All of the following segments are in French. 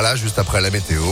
sera là juste après la météo.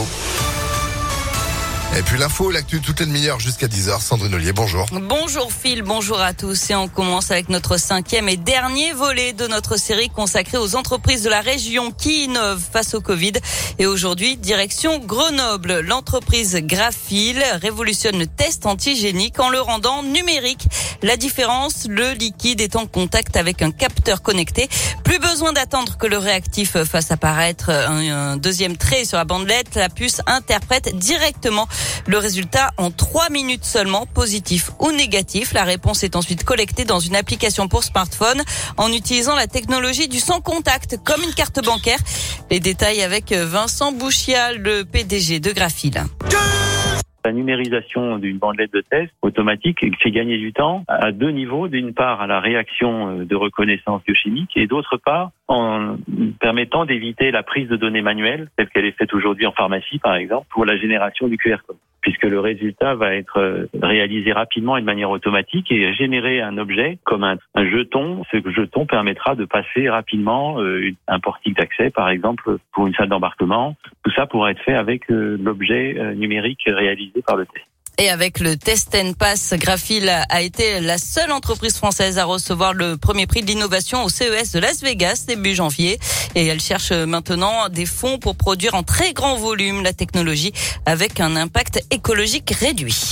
Et puis l'info, l'actu toutes les demi-heures jusqu'à 10h. Sandrine Ollier, bonjour. Bonjour Phil, bonjour à tous. Et on commence avec notre 5e et dernier volet de notre série consacrée aux entreprises de la région qui innovent face au Covid. Et aujourd'hui, direction Grenoble. L'entreprise Graphil révolutionne le test antigénique en le rendant numérique. La différence, le liquide est en contact avec un capteur connecté. Plus besoin d'attendre que le réactif fasse apparaître un deuxième trait sur la bandelette. La puce interprète directement le résultat en 3 minutes seulement, positif ou négatif. La réponse est ensuite collectée dans une application pour smartphone en utilisant la technologie du sans contact comme une carte bancaire. Les détails avec Vincent Bouchial, le PDG de Graphil. La numérisation d'une bandelette de test automatique fait gagner du temps à 2 niveaux. D'une part, à la réaction de reconnaissance biochimique et d'autre part, en permettant d'éviter la prise de données manuelle, telle qu'elle est faite aujourd'hui en pharmacie, par exemple, pour la génération du QR code. Puisque le résultat va être réalisé rapidement et de manière automatique et générer un objet comme un jeton. Ce jeton permettra de passer rapidement un portique d'accès, par exemple, pour une salle d'embarquement. Tout ça pourra être fait avec l'objet numérique réalisé par le test. Et avec le Test & Pass, Graphil a été la seule entreprise française à recevoir le premier prix de l'innovation au CES de Las Vegas début janvier. Et elle cherche maintenant des fonds pour produire en très grand volume la technologie avec un impact écologique réduit.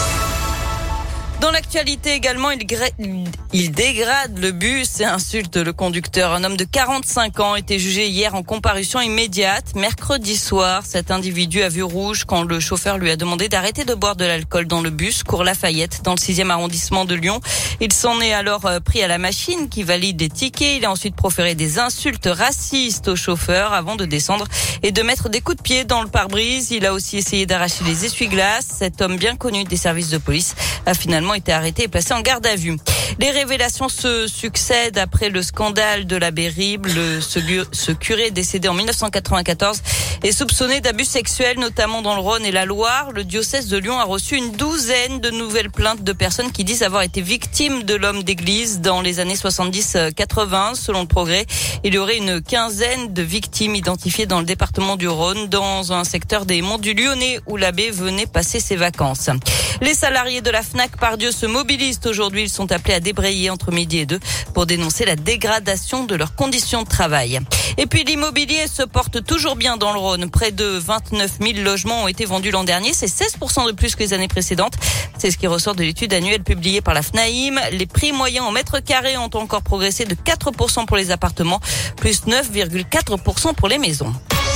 Dans l'actualité également, il dégrade le bus et insulte le conducteur. Un homme de 45 ans a été jugé hier en comparution immédiate. Mercredi soir, cet individu a vu rouge quand le chauffeur lui a demandé d'arrêter de boire de l'alcool dans le bus cours Lafayette dans le 6e arrondissement de Lyon. Il s'en est alors pris à la machine qui valide les tickets. Il a ensuite proféré des insultes racistes au chauffeur avant de descendre et de mettre des coups de pied dans le pare-brise. Il a aussi essayé d'arracher les essuie-glaces. Cet homme bien connu des services de police a finalement été arrêté et placé en garde à vue. Les révélations se succèdent après le scandale de l'abbé Rible. Ce curé décédé en 1994 est soupçonné d'abus sexuels, notamment dans le Rhône et la Loire. Le diocèse de Lyon a reçu une douzaine de nouvelles plaintes de personnes qui disent avoir été victimes de l'homme d'église dans les années 70-80. Selon le Progrès, il y aurait une quinzaine de victimes identifiées dans le département du Rhône, dans un secteur des Monts du Lyonnais où l'abbé venait passer ses vacances. Les salariés de la Fnac Pardieu se mobilisent aujourd'hui. Ils sont appelés à débrayer entre midi et 2 pour dénoncer la dégradation de leurs conditions de travail. Et puis l'immobilier se porte toujours bien dans le Rhône. Près de 29 000 logements ont été vendus l'an dernier. C'est 16% de plus que les années précédentes. C'est ce qui ressort de l'étude annuelle publiée par la FNAIM. Les prix moyens en mètre carré ont encore progressé de 4% pour les appartements, plus 9,4% pour les maisons.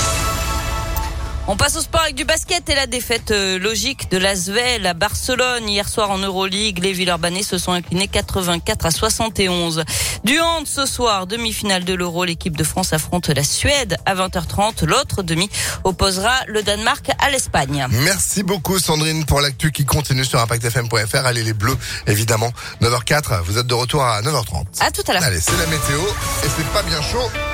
On passe au sport avec du basket et la défaite logique de l'Asvel à Barcelone. Hier soir en Euroleague, les Villeurbanais se sont inclinés 84-71. Du hand ce soir, demi-finale de l'Euro, l'équipe de France affronte la Suède à 20h30. L'autre demi opposera le Danemark à l'Espagne. Merci beaucoup Sandrine pour l'actu qui continue sur ImpactFM.fr. Allez les Bleus, évidemment. 9h04, vous êtes de retour à 9h30. À tout à l'heure. Allez, c'est la météo et c'est pas bien chaud.